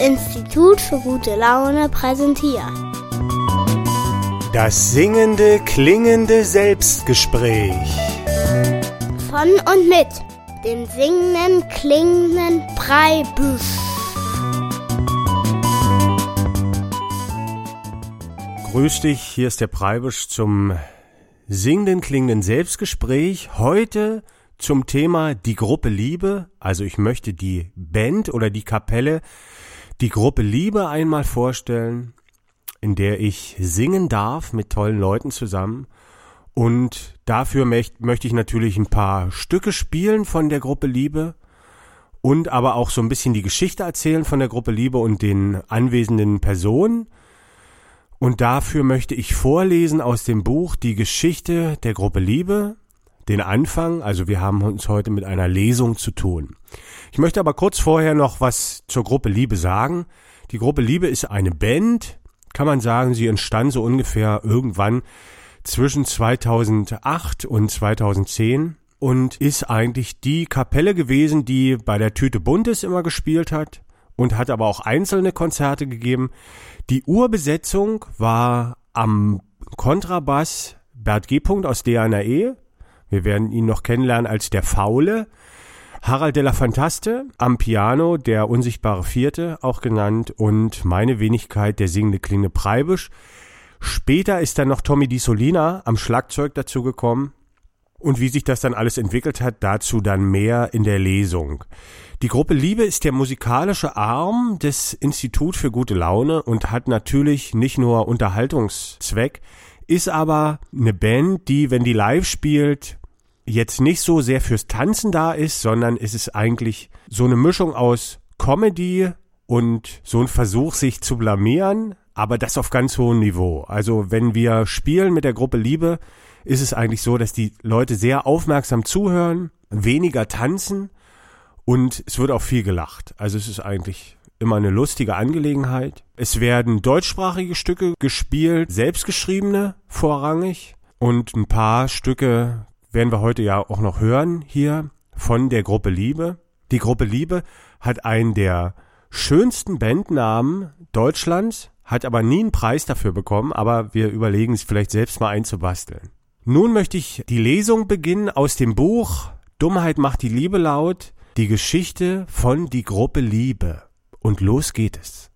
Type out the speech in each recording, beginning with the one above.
Institut für gute Laune präsentiert. Das singende, klingende Selbstgespräch. Von und mit dem singenden, klingenden Preibusch. Grüß dich, hier ist der Preibusch zum singenden, klingenden Selbstgespräch. Heute zum Thema die Gruppe Liebe. Also ich möchte die Band oder die Kapelle, die Gruppe Liebe einmal vorstellen, in der ich singen darf mit tollen Leuten zusammen. Und dafür möchte ich natürlich ein paar Stücke spielen von der Gruppe Liebe und aber auch so ein bisschen die Geschichte erzählen von der Gruppe Liebe und den anwesenden Personen. Und dafür möchte ich vorlesen aus dem Buch Die Geschichte der Gruppe Liebe, den Anfang. Also wir haben uns heute mit einer Lesung zu tun. Ich möchte aber kurz vorher noch was zur Gruppe Liebe sagen. Die Gruppe Liebe ist eine Band, kann man sagen, sie entstand so ungefähr irgendwann zwischen 2008 und 2010 und ist eigentlich die Kapelle gewesen, die bei der Tüte Buntes immer gespielt hat und hat aber auch einzelne Konzerte gegeben. Die Urbesetzung war am Kontrabass Bert G. aus D.A.N.A.E. Wir werden ihn noch kennenlernen als der Faule. Harald de la Fantaste am Piano, der unsichtbare Vierte auch genannt, und meine Wenigkeit, der singende, klingende Preibusch. Später ist dann noch Tommy Di Solina am Schlagzeug dazu gekommen. Und wie sich das dann alles entwickelt hat, dazu dann mehr in der Lesung. Die Gruppe Liebe ist der musikalische Arm des Institut für gute Laune und hat natürlich nicht nur Unterhaltungszweck, ist aber eine Band, die, wenn die live spielt, jetzt nicht so sehr fürs Tanzen da ist, sondern es ist eigentlich so eine Mischung aus Comedy und so ein Versuch, sich zu blamieren, aber das auf ganz hohem Niveau. Also wenn wir spielen mit der Gruppe Liebe, ist es eigentlich so, dass die Leute sehr aufmerksam zuhören, weniger tanzen und es wird auch viel gelacht. Also es ist eigentlich immer eine lustige Angelegenheit. Es werden deutschsprachige Stücke gespielt, selbstgeschriebene vorrangig, und ein paar Stücke werden wir heute ja auch noch hören hier von der Gruppe Liebe. Die Gruppe Liebe hat einen der schönsten Bandnamen Deutschlands, hat aber nie einen Preis dafür bekommen, aber wir überlegen es vielleicht selbst mal einzubasteln. Nun möchte ich die Lesung beginnen aus dem Buch Dummheit macht die Liebe laut, die Geschichte von die Gruppe Liebe. Und los geht es.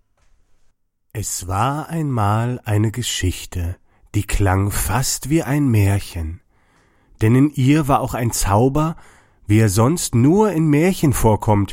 Es war einmal eine Geschichte, die klang fast wie ein Märchen. Denn in ihr war auch ein Zauber, wie er sonst nur in Märchen vorkommt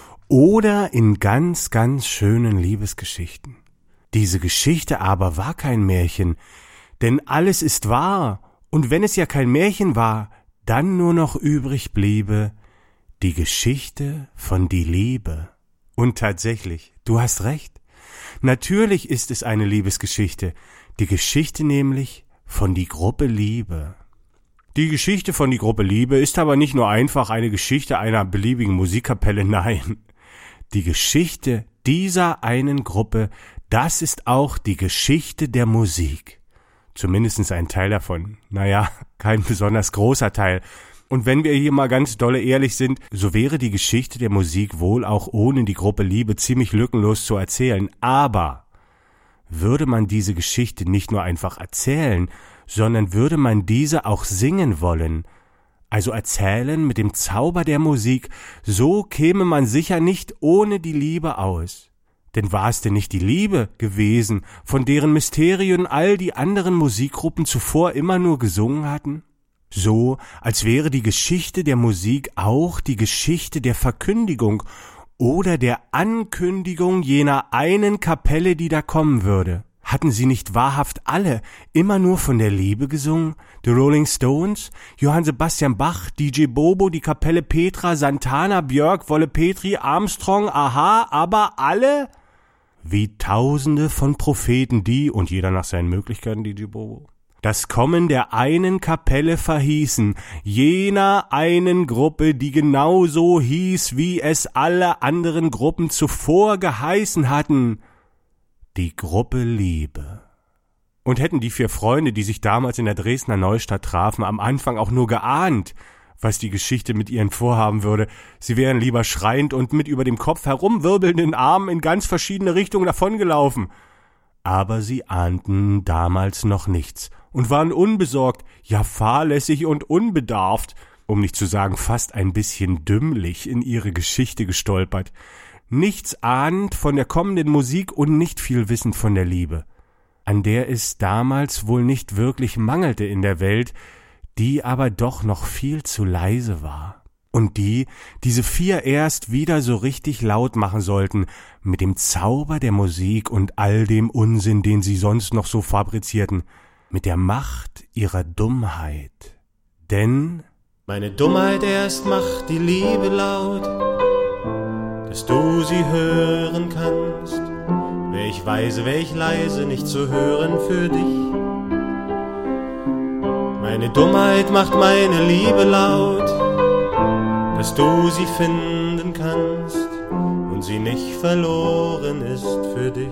oder in ganz, ganz schönen Liebesgeschichten. Diese Geschichte aber war kein Märchen, denn alles ist wahr, und wenn es ja kein Märchen war, dann nur noch übrig bliebe die Geschichte von die Liebe. Und tatsächlich, du hast recht, natürlich ist es eine Liebesgeschichte, die Geschichte nämlich von die Gruppe Liebe. Die Geschichte von die Gruppe Liebe ist aber nicht nur einfach eine Geschichte einer beliebigen Musikkapelle, nein. Die Geschichte dieser einen Gruppe, das ist auch die Geschichte der Musik. Zumindest ein Teil davon. Naja, kein besonders großer Teil. Und wenn wir hier mal ganz dolle ehrlich sind, so wäre die Geschichte der Musik wohl auch ohne die Gruppe Liebe ziemlich lückenlos zu erzählen. Aber würde man diese Geschichte nicht nur einfach erzählen, sondern würde man diese auch singen wollen, also erzählen mit dem Zauber der Musik, so käme man sicher nicht ohne die Liebe aus. Denn war es denn nicht die Liebe gewesen, von deren Mysterien all die anderen Musikgruppen zuvor immer nur gesungen hatten? So, als wäre die Geschichte der Musik auch die Geschichte der Verkündigung oder der Ankündigung jener einen Kapelle, die da kommen würde. Hatten sie nicht wahrhaft alle immer nur von der Liebe gesungen? The Rolling Stones, Johann Sebastian Bach, DJ Bobo, die Kapelle Petra, Santana, Björk, Wolle Petri, Armstrong, Aha, aber alle? Wie Tausende von Propheten, die, und jeder nach seinen Möglichkeiten, DJ Bobo, das Kommen der einen Kapelle verhießen, jener einen Gruppe, die genauso hieß, wie es alle anderen Gruppen zuvor geheißen hatten, die Gruppe Liebe. Und hätten die 4 Freunde, die sich damals in der Dresdner Neustadt trafen, am Anfang auch nur geahnt, was die Geschichte mit ihnen vorhaben würde. Sie wären lieber schreiend und mit über dem Kopf herumwirbelnden Armen in ganz verschiedene Richtungen davongelaufen. Aber sie ahnten damals noch nichts und waren unbesorgt, ja fahrlässig und unbedarft, um nicht zu sagen fast ein bisschen dümmlich in ihre Geschichte gestolpert. Nichts ahnend von der kommenden Musik und nicht viel wissend von der Liebe, an der es damals wohl nicht wirklich mangelte in der Welt, die aber doch noch viel zu leise war. Und diese 4 erst wieder so richtig laut machen sollten, mit dem Zauber der Musik und all dem Unsinn, den sie sonst noch so fabrizierten, mit der Macht ihrer Dummheit. Denn meine Dummheit erst macht die Liebe laut, dass du sie hören kannst. Wär ich weise, wär ich leise, nicht zu hören für dich. Meine Dummheit macht meine Liebe laut, dass du sie finden kannst und sie nicht verloren ist für dich.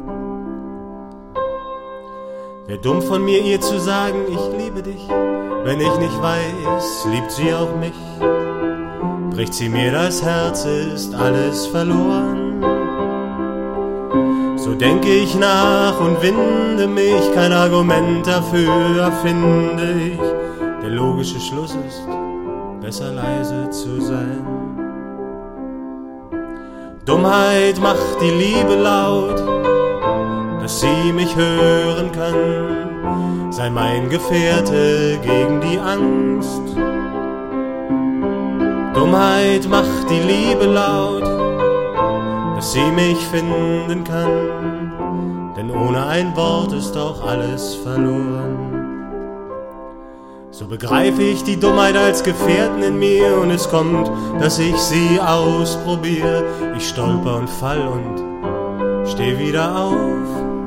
Wär dumm von mir, ihr zu sagen, ich liebe dich. Wenn ich nicht weiß, liebt sie auch mich. Bricht sie mir das Herz, ist alles verloren. So denke ich nach und winde mich, kein Argument dafür erfinde ich. Der logische Schluss ist, besser leise zu sein. Dummheit macht die Liebe laut, dass sie mich hören kann. Sei mein Gefährte gegen die Angst. Dummheit macht die Liebe laut, dass sie mich finden kann. Denn ohne ein Wort ist auch alles verloren. So begreife ich die Dummheit als Gefährten in mir und es kommt, dass ich sie ausprobiere. Ich stolper und fall und steh wieder auf.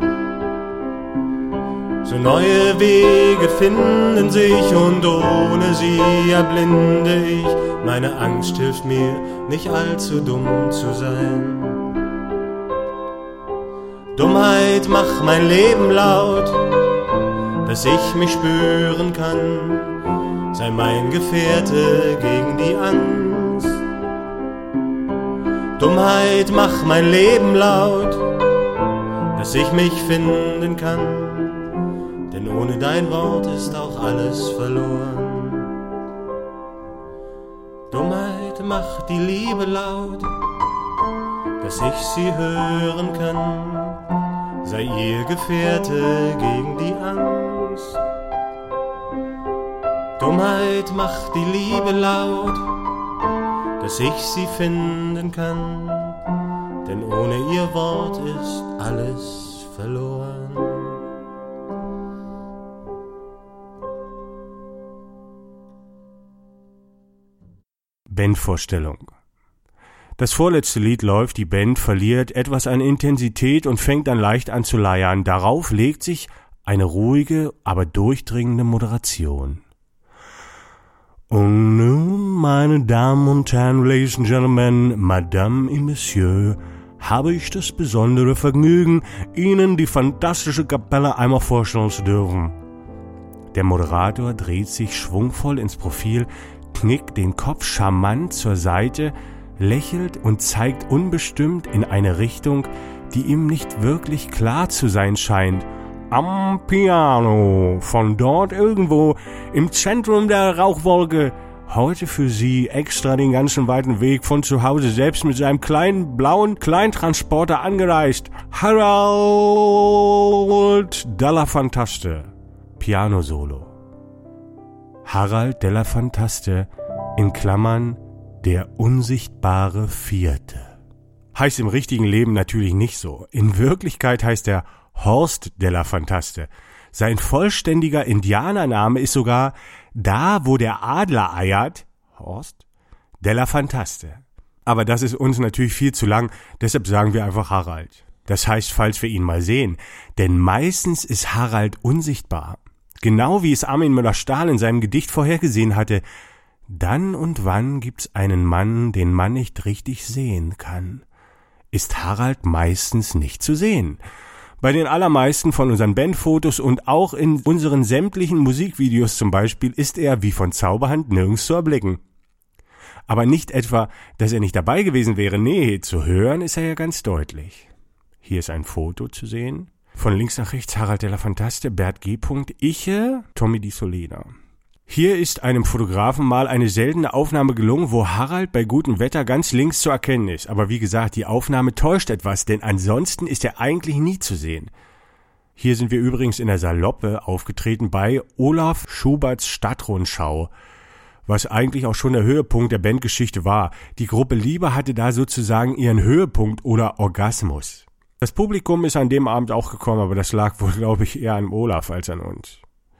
So neue Wege finden sich und ohne sie erblinde ich. Meine Angst hilft mir, nicht allzu dumm zu sein. Dummheit macht mein Leben laut, dass ich mich spüren kann. Sei mein Gefährte gegen die Angst. Dummheit macht mein Leben laut, dass ich mich finden kann. Denn ohne dein Wort ist auch alles verloren. Dummheit macht die Liebe laut, dass ich sie hören kann. Sei ihr Gefährte gegen die Angst. Dummheit macht die Liebe laut, dass ich sie finden kann. Denn ohne ihr Wort ist alles verloren. Bandvorstellung. Das vorletzte Lied läuft, die Band verliert etwas an Intensität und fängt dann leicht an zu leiern. Darauf legt sich eine ruhige, aber durchdringende Moderation. Und nun, meine Damen und Herren, Ladies and Gentlemen, Madame et Monsieur, habe ich das besondere Vergnügen, Ihnen die fantastische Kapelle einmal vorstellen zu dürfen. Der Moderator dreht sich schwungvoll ins Profil, knickt den Kopf charmant zur Seite, lächelt und zeigt unbestimmt in eine Richtung, die ihm nicht wirklich klar zu sein scheint. Am Piano, von dort irgendwo im Zentrum der Rauchwolke, heute für Sie extra den ganzen weiten Weg von zu Hause selbst mit seinem kleinen blauen Kleintransporter angereist. Harald della Fantaste, Piano-Solo. Harald della Fantaste, in Klammern der unsichtbare Vierte. Heißt im richtigen Leben natürlich nicht so. In Wirklichkeit heißt er Horst della Fantaste. Sein vollständiger Indianername ist sogar da, wo der Adler eiert, Horst della Fantaste. Aber das ist uns natürlich viel zu lang, deshalb sagen wir einfach Harald. Das heißt, falls wir ihn mal sehen. Denn meistens ist Harald unsichtbar. Genau wie es Armin Müller-Stahl in seinem Gedicht vorhergesehen hatte. Dann und wann gibt's einen Mann, den man nicht richtig sehen kann. Ist Harald meistens nicht zu sehen. Bei den allermeisten von unseren Bandfotos und auch in unseren sämtlichen Musikvideos zum Beispiel ist er wie von Zauberhand nirgends zu erblicken. Aber nicht etwa, dass er nicht dabei gewesen wäre, nee, zu hören ist er ja ganz deutlich. Hier ist ein Foto zu sehen. Von links nach rechts Harald der Fantaste, Bert G. Iche, Tommy Di Solena. Hier ist einem Fotografen mal eine seltene Aufnahme gelungen, wo Harald bei gutem Wetter ganz links zu erkennen ist. Aber wie gesagt, die Aufnahme täuscht etwas, denn ansonsten ist er eigentlich nie zu sehen. Hier sind wir übrigens in der Saloppe aufgetreten bei Olaf Schuberts Stadtrundschau, was eigentlich auch schon der Höhepunkt der Bandgeschichte war. Die Gruppe Liebe hatte da sozusagen ihren Höhepunkt oder Orgasmus. Das Publikum ist an dem Abend auch gekommen, aber das lag wohl, glaube ich, eher an Olaf als an uns.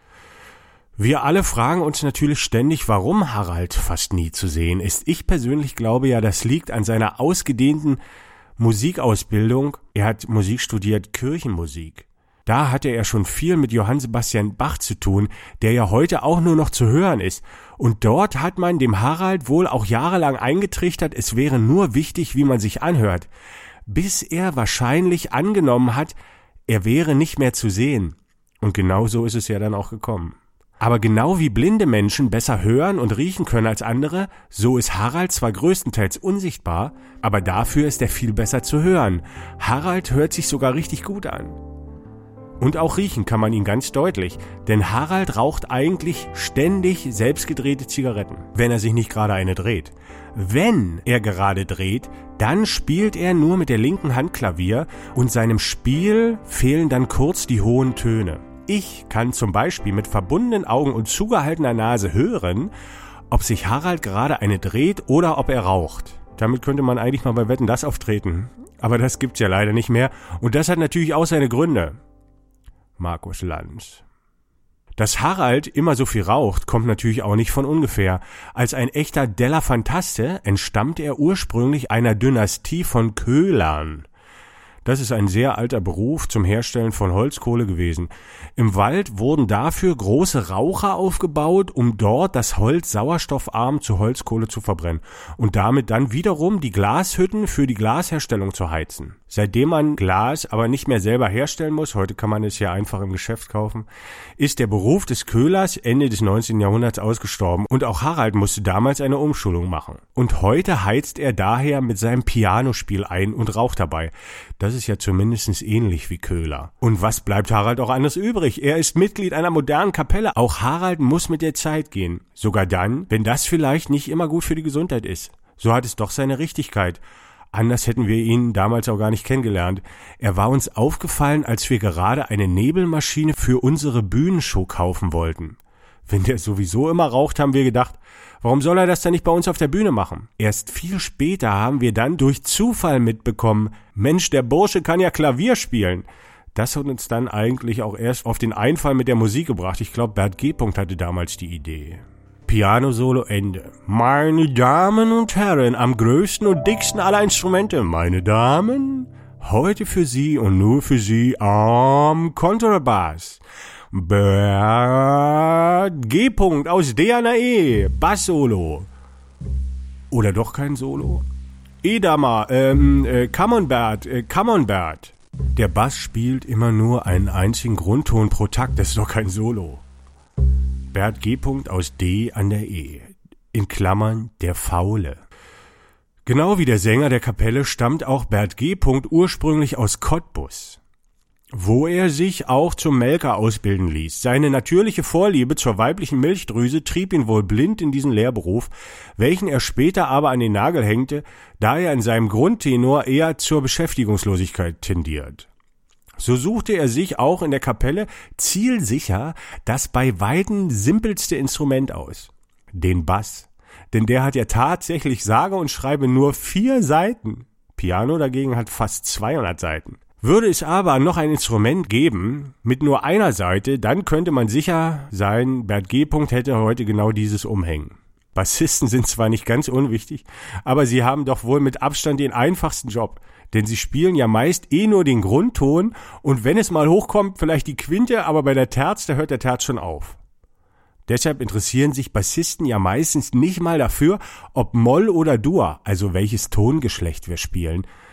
Wir alle fragen uns natürlich ständig, warum Harald fast nie zu sehen ist. Ich persönlich glaube ja, das liegt an seiner ausgedehnten Musikausbildung. Er hat Musik studiert, Kirchenmusik. Da hatte er schon viel mit Johann Sebastian Bach zu tun, der ja heute auch nur noch zu hören ist. Und dort hat man dem Harald wohl auch jahrelang eingetrichtert, es wäre nur wichtig, wie man sich anhört. Bis er wahrscheinlich angenommen hat, er wäre nicht mehr zu sehen. Und genau so ist es ja dann auch gekommen. Aber genau wie blinde Menschen besser hören und riechen können als andere, so ist Harald zwar größtenteils unsichtbar, aber dafür ist er viel besser zu hören. Harald hört sich sogar richtig gut an. Und auch riechen kann man ihn ganz deutlich, denn Harald raucht eigentlich ständig selbstgedrehte Zigaretten, wenn er sich nicht gerade eine dreht. Wenn er gerade dreht, dann spielt er nur mit der linken Hand Klavier und seinem Spiel fehlen dann kurz die hohen Töne. Ich kann zum Beispiel mit verbundenen Augen und zugehaltener Nase hören, ob sich Harald gerade eine dreht oder ob er raucht. Damit könnte man eigentlich mal bei Wetten, dass auftreten. Aber das gibt's ja leider nicht mehr. Und das hat natürlich auch seine Gründe. Markus Lanz. Dass Harald immer so viel raucht, kommt natürlich auch nicht von ungefähr. Als ein echter Della Fantaste entstammt er ursprünglich einer Dynastie von Köhlern. Das ist ein sehr alter Beruf zum Herstellen von Holzkohle gewesen. Im Wald wurden dafür große Raucher aufgebaut, um dort das Holz sauerstoffarm zu Holzkohle zu verbrennen und damit dann wiederum die Glashütten für die Glasherstellung zu heizen. Seitdem man Glas aber nicht mehr selber herstellen muss, heute kann man es ja einfach im Geschäft kaufen, ist der Beruf des Köhlers Ende des 19. Jahrhunderts ausgestorben und auch Harald musste damals eine Umschulung machen. Und heute heizt er daher mit seinem Pianospiel ein und raucht dabei. Das ist ja zumindest ähnlich wie Köhler. Und was bleibt Harald auch anders übrig? Er ist Mitglied einer modernen Kapelle. Auch Harald muss mit der Zeit gehen. Sogar dann, wenn das vielleicht nicht immer gut für die Gesundheit ist. So hat es doch seine Richtigkeit. Anders hätten wir ihn damals auch gar nicht kennengelernt. Er war uns aufgefallen, als wir gerade eine Nebelmaschine für unsere Bühnenshow kaufen wollten. Wenn der sowieso immer raucht, haben wir gedacht, warum soll er das dann nicht bei uns auf der Bühne machen? Erst viel später haben wir dann durch Zufall mitbekommen, Mensch, der Bursche kann ja Klavier spielen. Das hat uns dann eigentlich auch erst auf den Einfall mit der Musik gebracht. Ich glaube, Bert G. hatte damals die Idee. Piano-Solo Ende. Meine Damen und Herren, am größten und dicksten aller Instrumente, meine Damen, heute für Sie und nur für Sie am Kontrabass. Bert G. aus D an der E, Bass-Solo. Oder doch kein Solo? Edama, come on Bert, come on Bert. Der Bass spielt immer nur einen einzigen Grundton pro Takt, das ist doch kein Solo. Bert G. aus D an der E, in Klammern der Faule. Genau wie der Sänger der Kapelle stammt auch Bert G. ursprünglich aus Cottbus, wo er sich auch zum Melker ausbilden ließ. Seine natürliche Vorliebe zur weiblichen Milchdrüse trieb ihn wohl blind in diesen Lehrberuf, welchen er später aber an den Nagel hängte, da er in seinem Grundtenor eher zur Beschäftigungslosigkeit tendiert. So suchte er sich auch in der Kapelle zielsicher das bei weitem simpelste Instrument aus, den Bass. Denn der hat ja tatsächlich sage und schreibe nur 4 Saiten. Piano dagegen hat fast 200 Saiten. Würde es aber noch ein Instrument geben mit nur einer Saite, dann könnte man sicher sein, Bert G. hätte heute genau dieses umhängen. Bassisten sind zwar nicht ganz unwichtig, aber sie haben doch wohl mit Abstand den einfachsten Job. Denn sie spielen ja meist nur den Grundton und wenn es mal hochkommt, vielleicht die Quinte, aber bei der Terz, da hört der Terz schon auf. Deshalb interessieren sich Bassisten ja meistens nicht mal dafür, ob Moll oder Dur, also welches Tongeschlecht wir spielen.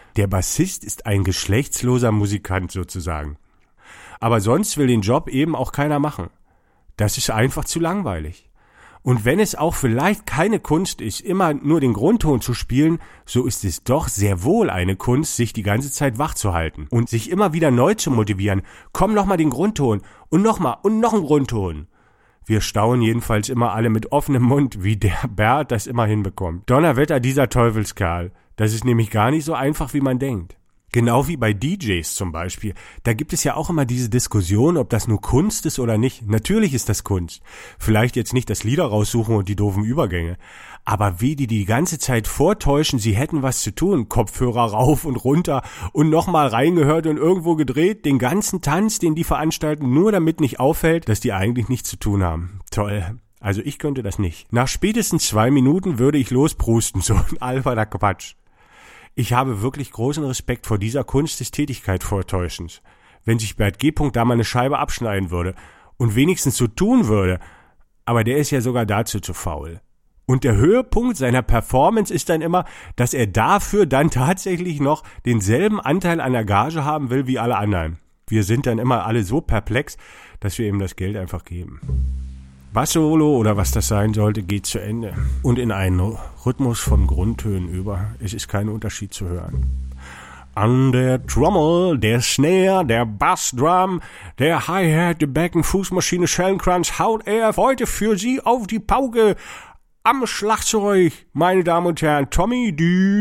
Der Bassist ist ein geschlechtsloser Musikant sozusagen. Aber sonst will den Job eben auch keiner machen. Das ist einfach zu langweilig. Und wenn es auch vielleicht keine Kunst ist, immer nur den Grundton zu spielen, so ist es doch sehr wohl eine Kunst, sich die ganze Zeit wach zu halten und sich immer wieder neu zu motivieren. Komm, nochmal den Grundton und nochmal und noch einen Grundton. Wir staunen jedenfalls immer alle mit offenem Mund, wie der Bert das immer hinbekommt. Donnerwetter, dieser Teufelskerl. Das ist nämlich gar nicht so einfach, wie man denkt. Genau wie bei DJs zum Beispiel. Da gibt es ja auch immer diese Diskussion, ob das nur Kunst ist oder nicht. Natürlich ist das Kunst. Vielleicht jetzt nicht das Lieder raussuchen und die doofen Übergänge. Aber wie die ganze Zeit vortäuschen, sie hätten was zu tun. Kopfhörer rauf und runter und nochmal reingehört und irgendwo gedreht. Den ganzen Tanz, den die veranstalten, nur damit nicht auffällt, dass die eigentlich nichts zu tun haben. Toll. Also ich könnte das nicht. Nach spätestens 2 Minuten würde ich losprusten. So ein alberner Quatsch. Ich habe wirklich großen Respekt vor dieser Kunst des Tätigkeit-Vortäuschens. Wenn sich Bert G. da mal eine Scheibe abschneiden würde und wenigstens so tun würde, aber der ist ja sogar dazu zu faul. Und der Höhepunkt seiner Performance ist dann immer, dass er dafür dann tatsächlich noch denselben Anteil an der Gage haben will wie alle anderen. Wir sind dann immer alle so perplex, dass wir ihm das Geld einfach geben. Bass-Solo oder was das sein sollte, geht zu Ende und in einen Rhythmus von Grundtönen über. Es ist kein Unterschied zu hören. An der Trommel, der Snare, der Bassdrum, der Hi-Hat, der Becken, Fußmaschine, Schellenkranz haut er heute für Sie auf die Pauke. Am Schlagzeug, meine Damen und Herren, Tommy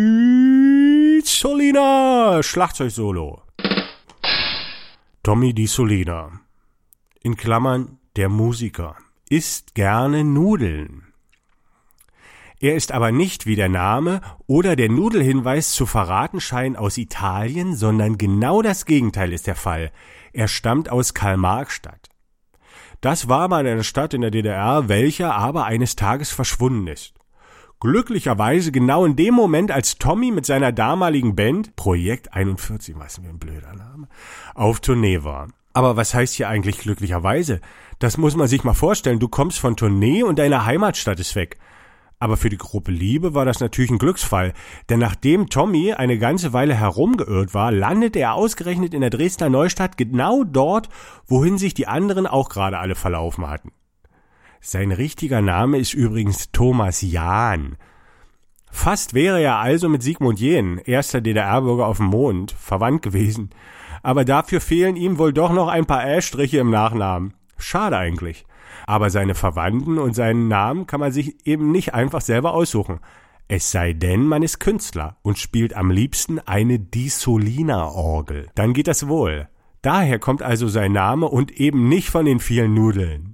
Di Solina, Schlagzeug-Solo. Tommy Di Solina, in Klammern der Musiker, isst gerne Nudeln. Er ist aber nicht, wie der Name oder der Nudelhinweis zu verraten scheinen, aus Italien, sondern genau das Gegenteil ist der Fall. Er stammt aus Karl-Marx-Stadt. Das war mal eine Stadt in der DDR, welche aber eines Tages verschwunden ist. Glücklicherweise genau in dem Moment, als Tommy mit seiner damaligen Band, Projekt 41, was für ein blöder Name, auf Tournee war. Aber was heißt hier eigentlich glücklicherweise? Das muss man sich mal vorstellen. Du kommst von Tournee und deine Heimatstadt ist weg. Aber für die Gruppe Liebe war das natürlich ein Glücksfall. Denn nachdem Tommy eine ganze Weile herumgeirrt war, landete er ausgerechnet in der Dresdner Neustadt genau dort, wohin sich die anderen auch gerade alle verlaufen hatten. Sein richtiger Name ist übrigens Thomas Jahn. Fast wäre er also mit Sigmund Jähn, erster DDR-Bürger auf dem Mond, verwandt gewesen. Aber dafür fehlen ihm wohl doch noch ein paar Ä-Striche im Nachnamen. Schade eigentlich. Aber seine Verwandten und seinen Namen kann man sich eben nicht einfach selber aussuchen. Es sei denn, man ist Künstler und spielt am liebsten eine Di Solina-Orgel. Dann geht das wohl. Daher kommt also sein Name und eben nicht von den vielen Nudeln.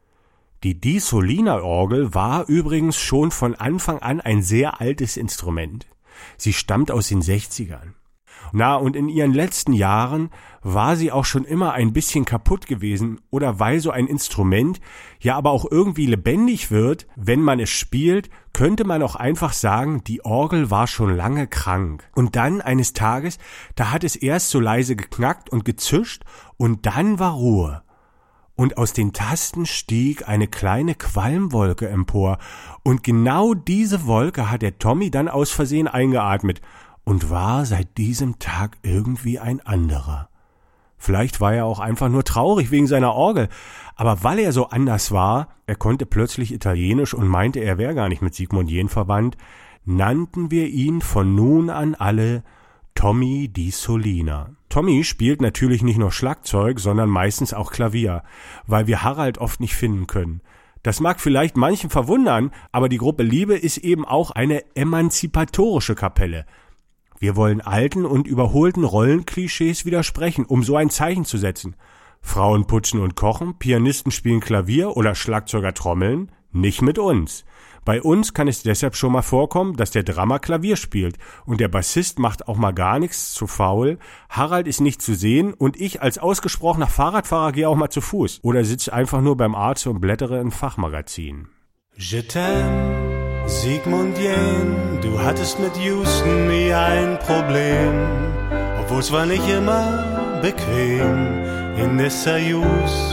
Die Di Solina-Orgel war übrigens schon von Anfang an ein sehr altes Instrument. Sie stammt aus den 60ern. Und in ihren letzten Jahren war sie auch schon immer ein bisschen kaputt gewesen oder weil so ein Instrument ja aber auch irgendwie lebendig wird, wenn man es spielt, könnte man auch einfach sagen, die Orgel war schon lange krank. Und dann eines Tages, da hat es erst so leise geknackt und gezischt und dann war Ruhe. Und aus den Tasten stieg eine kleine Qualmwolke empor und genau diese Wolke hat der Tommy dann aus Versehen eingeatmet und war seit diesem Tag irgendwie ein anderer. Vielleicht war er auch einfach nur traurig wegen seiner Orgel, aber weil er so anders war, er konnte plötzlich Italienisch und meinte, er wäre gar nicht mit Sigmund Jähn verwandt, nannten wir ihn von nun an alle Tommy Di Solina. Tommy spielt natürlich nicht nur Schlagzeug, sondern meistens auch Klavier, weil wir Harald oft nicht finden können. Das mag vielleicht manchen verwundern, aber die Gruppe Liebe ist eben auch eine emanzipatorische Kapelle. Wir wollen alten und überholten Rollenklischees widersprechen, um so ein Zeichen zu setzen. Frauen putzen und kochen, Pianisten spielen Klavier oder Schlagzeuger trommeln, nicht mit uns. Bei uns kann es deshalb schon mal vorkommen, dass der Drummer Klavier spielt und der Bassist macht auch mal gar nichts, zu faul, Harald ist nicht zu sehen und ich als ausgesprochener Fahrradfahrer gehe auch mal zu Fuß oder sitze einfach nur beim Arzt und blättere im Fachmagazin. Je t'aime. Sigmund Jähn, du hattest mit Houston nie ein Problem, obwohl's war nicht immer bequem in der Soyuz,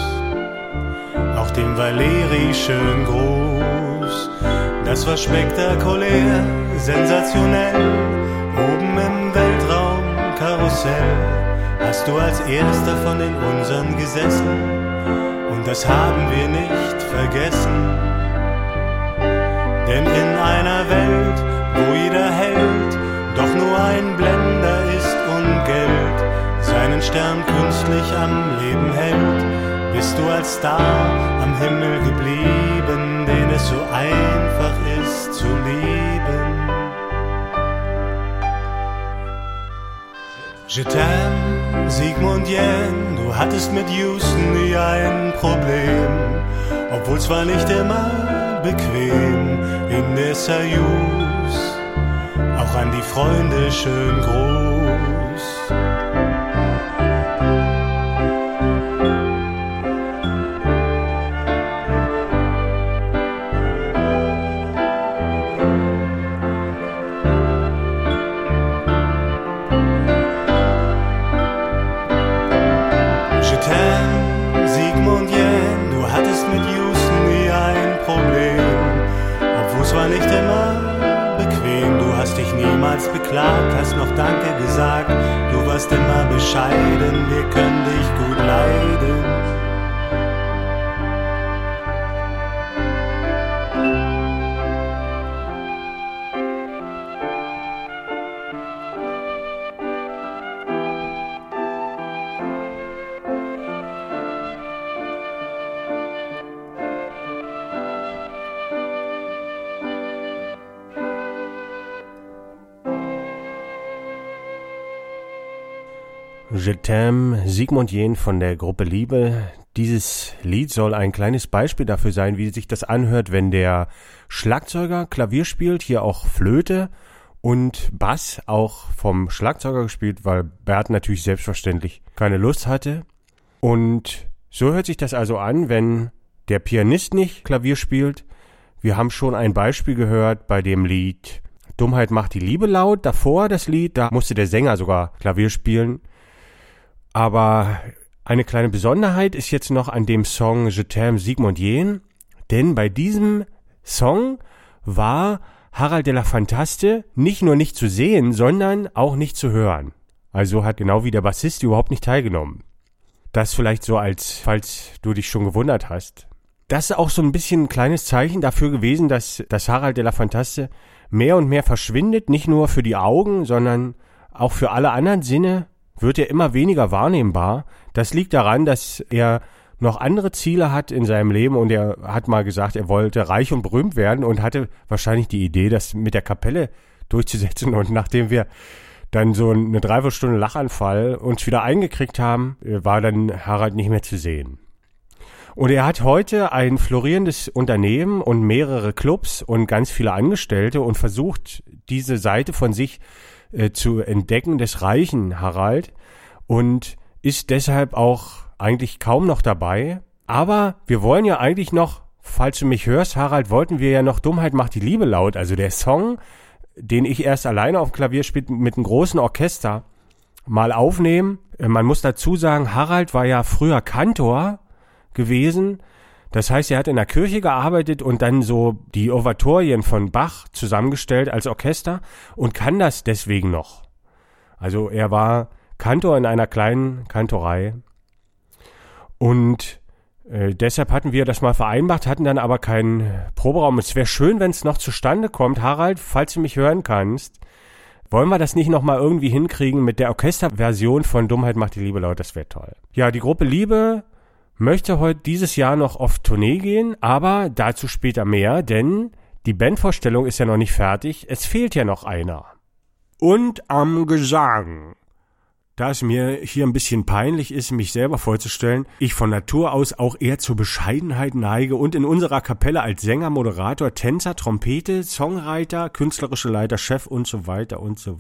auch dem Valeri schön groß. Das war spektakulär, sensationell, oben im Weltraum Karussell hast du als erster von den unseren gesessen, und das haben wir nicht vergessen. Denn in einer Welt, wo jeder Held doch nur ein Blender ist und Geld seinen Stern künstlich am Leben hält, bist du als Star am Himmel geblieben, den es so einfach ist zu lieben. Je t'aime, Sigmund Jähn, du hattest mit Houston nie ein Problem, obwohl zwar nicht immer bequem in der Soyuz, auch an die Freunde schön Gruß. Je t'aime, Sigmund Jähn, du hattest mit Houston nie ein Problem, obwohl es war nicht immer bequem. Du hast dich niemals beklagt, hast noch Danke gesagt, du warst immer bescheiden, wir können dich gut leiden. Je t'aime, Sigmund Jähn von der Gruppe Liebe. Dieses Lied soll ein kleines Beispiel dafür sein, wie sich das anhört, wenn der Schlagzeuger Klavier spielt, hier auch Flöte und Bass auch vom Schlagzeuger gespielt, weil Bert natürlich selbstverständlich keine Lust hatte. Und so hört sich das also an, wenn der Pianist nicht Klavier spielt. Wir haben schon ein Beispiel gehört bei dem Lied Dummheit macht die Liebe laut. Davor das Lied, da musste der Sänger sogar Klavier spielen. Aber eine kleine Besonderheit ist jetzt noch an dem Song Je t'aime, Sigmund Jähn, denn bei diesem Song war Harald de la Fantaste nicht nur nicht zu sehen, sondern auch nicht zu hören. Also hat genau wie der Bassist überhaupt nicht teilgenommen. Das vielleicht so falls du dich schon gewundert hast. Das ist auch so ein bisschen ein kleines Zeichen dafür gewesen, dass Harald de la Fantaste mehr und mehr verschwindet, nicht nur für die Augen, sondern auch für alle anderen Sinne wird er immer weniger wahrnehmbar. Das liegt daran, dass er noch andere Ziele hat in seinem Leben und er hat mal gesagt, er wollte reich und berühmt werden und hatte wahrscheinlich die Idee, das mit der Kapelle durchzusetzen, und nachdem wir dann so eine Dreiviertelstunde Lachanfall uns wieder eingekriegt haben, war dann Harald nicht mehr zu sehen. Und er hat heute ein florierendes Unternehmen und mehrere Clubs und ganz viele Angestellte und versucht, diese Seite von sich zu entdecken, des reichen Harald, und ist deshalb auch eigentlich kaum noch dabei. Aber wir wollen ja eigentlich noch, falls du mich hörst, Harald, wollten wir ja noch Dummheit macht die Liebe laut, also der Song, den ich erst alleine auf dem Klavier spiele mit einem großen Orchester, mal aufnehmen. Man muss dazu sagen, Harald war ja früher Kantor gewesen. Das heißt, er hat in der Kirche gearbeitet und dann so die Oratorien von Bach zusammengestellt als Orchester und kann das deswegen noch. Also er war Kantor in einer kleinen Kantorei und deshalb hatten wir das mal vereinbart, hatten dann aber keinen Proberaum. Es wäre schön, wenn es noch zustande kommt. Harald, falls du mich hören kannst, wollen wir das nicht nochmal irgendwie hinkriegen mit der Orchesterversion von Dummheit macht die Liebe laut? Das wäre toll. Ja, die Gruppe Liebe möchte heute dieses Jahr noch auf Tournee gehen, aber dazu später mehr, denn die Bandvorstellung ist ja noch nicht fertig, es fehlt ja noch einer. Und am Gesang. Da es mir hier ein bisschen peinlich ist, mich selber vorzustellen, ich von Natur aus auch eher zur Bescheidenheit neige und in unserer Kapelle als Sänger, Moderator, Tänzer, Trompete, Songwriter, künstlerische Leiter, Chef und so weiter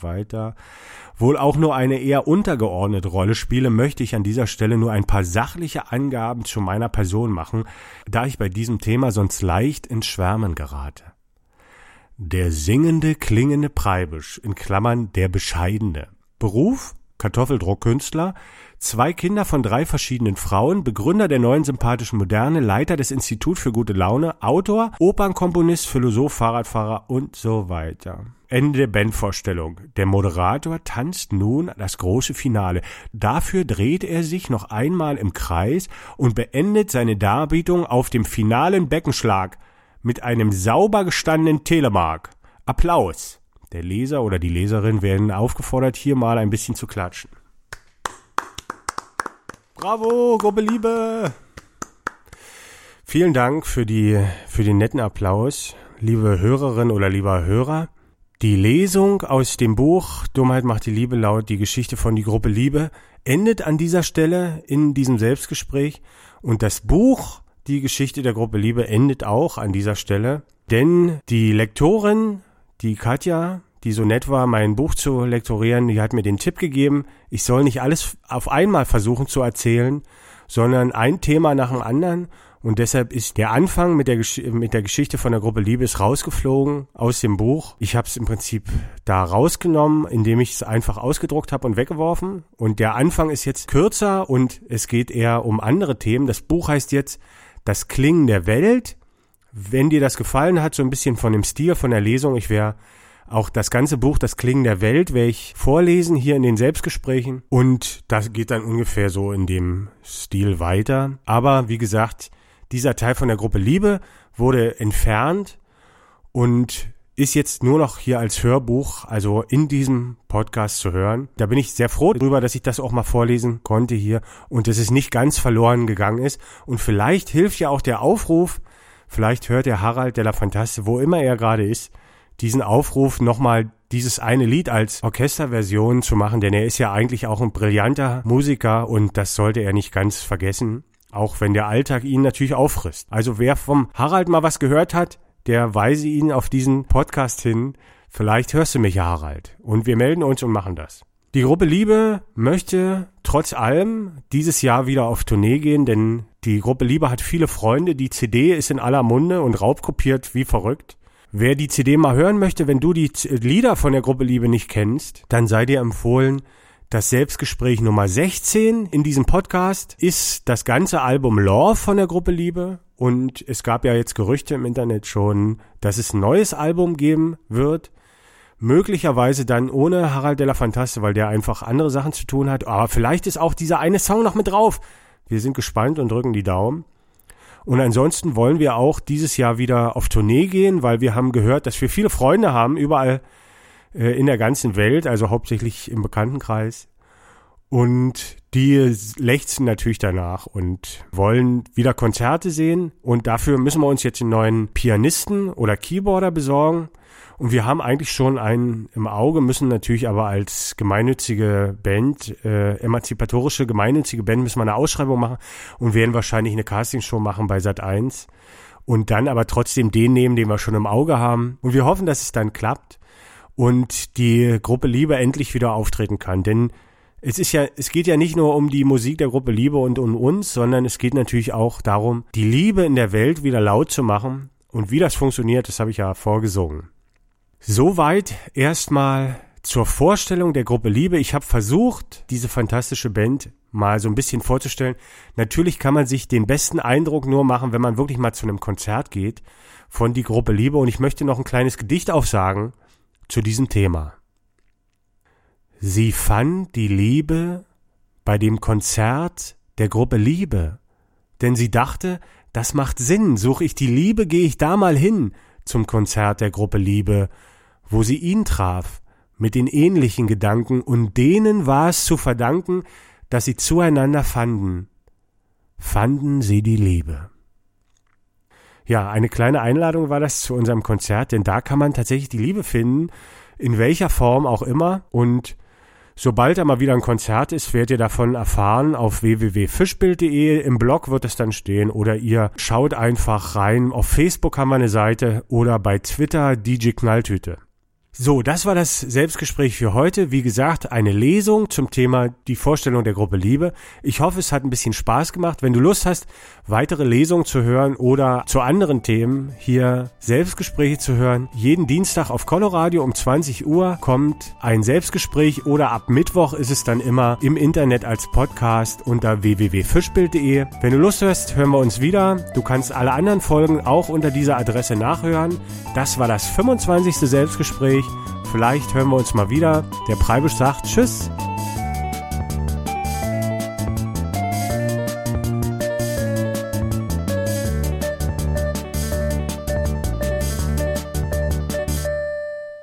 wohl auch nur eine eher untergeordnete Rolle spiele, möchte ich an dieser Stelle nur ein paar sachliche Angaben zu meiner Person machen, da ich bei diesem Thema sonst leicht ins Schwärmen gerate. Der singende, klingende Preibisch, in Klammern der Bescheidene. Beruf? Kartoffeldruckkünstler, 2 Kinder von 3 verschiedenen Frauen, Begründer der neuen sympathischen Moderne, Leiter des Instituts für gute Laune, Autor, Opernkomponist, Philosoph, Fahrradfahrer und so weiter. Ende der Bandvorstellung. Der Moderator tanzt nun das große Finale. Dafür dreht er sich noch einmal im Kreis und beendet seine Darbietung auf dem finalen Beckenschlag mit einem sauber gestandenen Telemark. Applaus. Der Leser oder die Leserin werden aufgefordert, hier mal ein bisschen zu klatschen. Bravo, Gruppe Liebe! Vielen Dank für den netten Applaus, liebe Hörerin oder lieber Hörer. Die Lesung aus dem Buch Dummheit macht die Liebe laut, die Geschichte von die Gruppe Liebe, endet an dieser Stelle in diesem Selbstgespräch. Und das Buch, die Geschichte der Gruppe Liebe, endet auch an dieser Stelle. Denn die Lektorin, die Katja, die so nett war, mein Buch zu lektorieren, die hat mir den Tipp gegeben, ich soll nicht alles auf einmal versuchen zu erzählen, sondern ein Thema nach dem anderen. Und deshalb ist der Anfang mit der Geschichte von der Gruppe Liebe ist rausgeflogen aus dem Buch. Ich habe es im Prinzip da rausgenommen, indem ich es einfach ausgedruckt habe und weggeworfen. Und der Anfang ist jetzt kürzer und es geht eher um andere Themen. Das Buch heißt jetzt Das Klingen der Welt. Wenn dir das gefallen hat, so ein bisschen von dem Stil, von der Lesung, ich werde auch das ganze Buch, Das Klingen der Welt, werde ich vorlesen hier in den Selbstgesprächen. Und das geht dann ungefähr so in dem Stil weiter. Aber wie gesagt, dieser Teil von der Gruppe Liebe wurde entfernt und ist jetzt nur noch hier als Hörbuch, also in diesem Podcast zu hören. Da bin ich sehr froh darüber, dass ich das auch mal vorlesen konnte hier und dass es nicht ganz verloren gegangen ist. Und vielleicht hilft ja auch der Aufruf, vielleicht hört der Harald, der La Fantaste, wo immer er gerade ist, diesen Aufruf nochmal dieses eine Lied als Orchesterversion zu machen, denn er ist ja eigentlich auch ein brillanter Musiker und das sollte er nicht ganz vergessen. Auch wenn der Alltag ihn natürlich auffrisst. Also wer vom Harald mal was gehört hat, der weise ihn auf diesen Podcast hin. Vielleicht hörst du mich, Harald. Und wir melden uns und machen das. Die Gruppe Liebe möchte trotz allem dieses Jahr wieder auf Tournee gehen, denn die Gruppe Liebe hat viele Freunde. Die CD ist in aller Munde und raubkopiert wie verrückt. Wer die CD mal hören möchte, wenn du die Lieder von der Gruppe Liebe nicht kennst, dann sei dir empfohlen, das Selbstgespräch Nummer 16 in diesem Podcast ist das ganze Album Love von der Gruppe Liebe. Und es gab ja jetzt Gerüchte im Internet schon, dass es ein neues Album geben wird. Möglicherweise dann ohne Harald de la Fantaste, weil der einfach andere Sachen zu tun hat. Aber vielleicht ist auch dieser eine Song noch mit drauf. Wir sind gespannt und drücken die Daumen. Und ansonsten wollen wir auch dieses Jahr wieder auf Tournee gehen, weil wir haben gehört, dass wir viele Freunde haben, überall in der ganzen Welt, also hauptsächlich im Bekanntenkreis. Und die lechzen natürlich danach und wollen wieder Konzerte sehen. Und dafür müssen wir uns jetzt einen neuen Pianisten oder Keyboarder besorgen. Und wir haben eigentlich schon einen im Auge, müssen natürlich aber als gemeinnützige Band, emanzipatorische gemeinnützige Band, müssen wir eine Ausschreibung machen und werden wahrscheinlich eine Castingshow machen bei Sat.1. Und dann aber trotzdem den nehmen, den wir schon im Auge haben. Und wir hoffen, dass es dann klappt. Und die Gruppe Liebe endlich wieder auftreten kann. Denn es geht ja nicht nur um die Musik der Gruppe Liebe und um uns, sondern es geht natürlich auch darum, die Liebe in der Welt wieder laut zu machen. Und wie das funktioniert, das habe ich ja vorgesungen. Soweit erstmal zur Vorstellung der Gruppe Liebe. Ich habe versucht, diese fantastische Band mal so ein bisschen vorzustellen. Natürlich kann man sich den besten Eindruck nur machen, wenn man wirklich mal zu einem Konzert geht von die Gruppe Liebe. Und ich möchte noch ein kleines Gedicht aufsagen zu diesem Thema. Sie fand die Liebe bei dem Konzert der Gruppe Liebe, denn sie dachte, das macht Sinn, suche ich die Liebe, gehe ich da mal hin zum Konzert der Gruppe Liebe, wo sie ihn traf, mit den ähnlichen Gedanken, und denen war es zu verdanken, dass sie zueinander fanden sie die Liebe. Ja, eine kleine Einladung war das zu unserem Konzert, denn da kann man tatsächlich die Liebe finden, in welcher Form auch immer. Und sobald da mal wieder ein Konzert ist, werdet ihr davon erfahren auf www.fischbild.de. Im Blog wird es dann stehen oder ihr schaut einfach rein. Auf Facebook haben wir eine Seite oder bei Twitter DJ Knalltüte. So, das war das Selbstgespräch für heute. Wie gesagt, eine Lesung zum Thema die Vorstellung der Gruppe Liebe. Ich hoffe, es hat ein bisschen Spaß gemacht. Wenn du Lust hast, weitere Lesungen zu hören oder zu anderen Themen hier Selbstgespräche zu hören, jeden Dienstag auf Coloradio um 20 Uhr kommt ein Selbstgespräch oder ab Mittwoch ist es dann immer im Internet als Podcast unter www.fischbild.de. Wenn du Lust hast, hören wir uns wieder. Du kannst alle anderen Folgen auch unter dieser Adresse nachhören. Das war das 25. Selbstgespräch. Vielleicht hören wir uns mal wieder. Der Preibisch sagt Tschüss.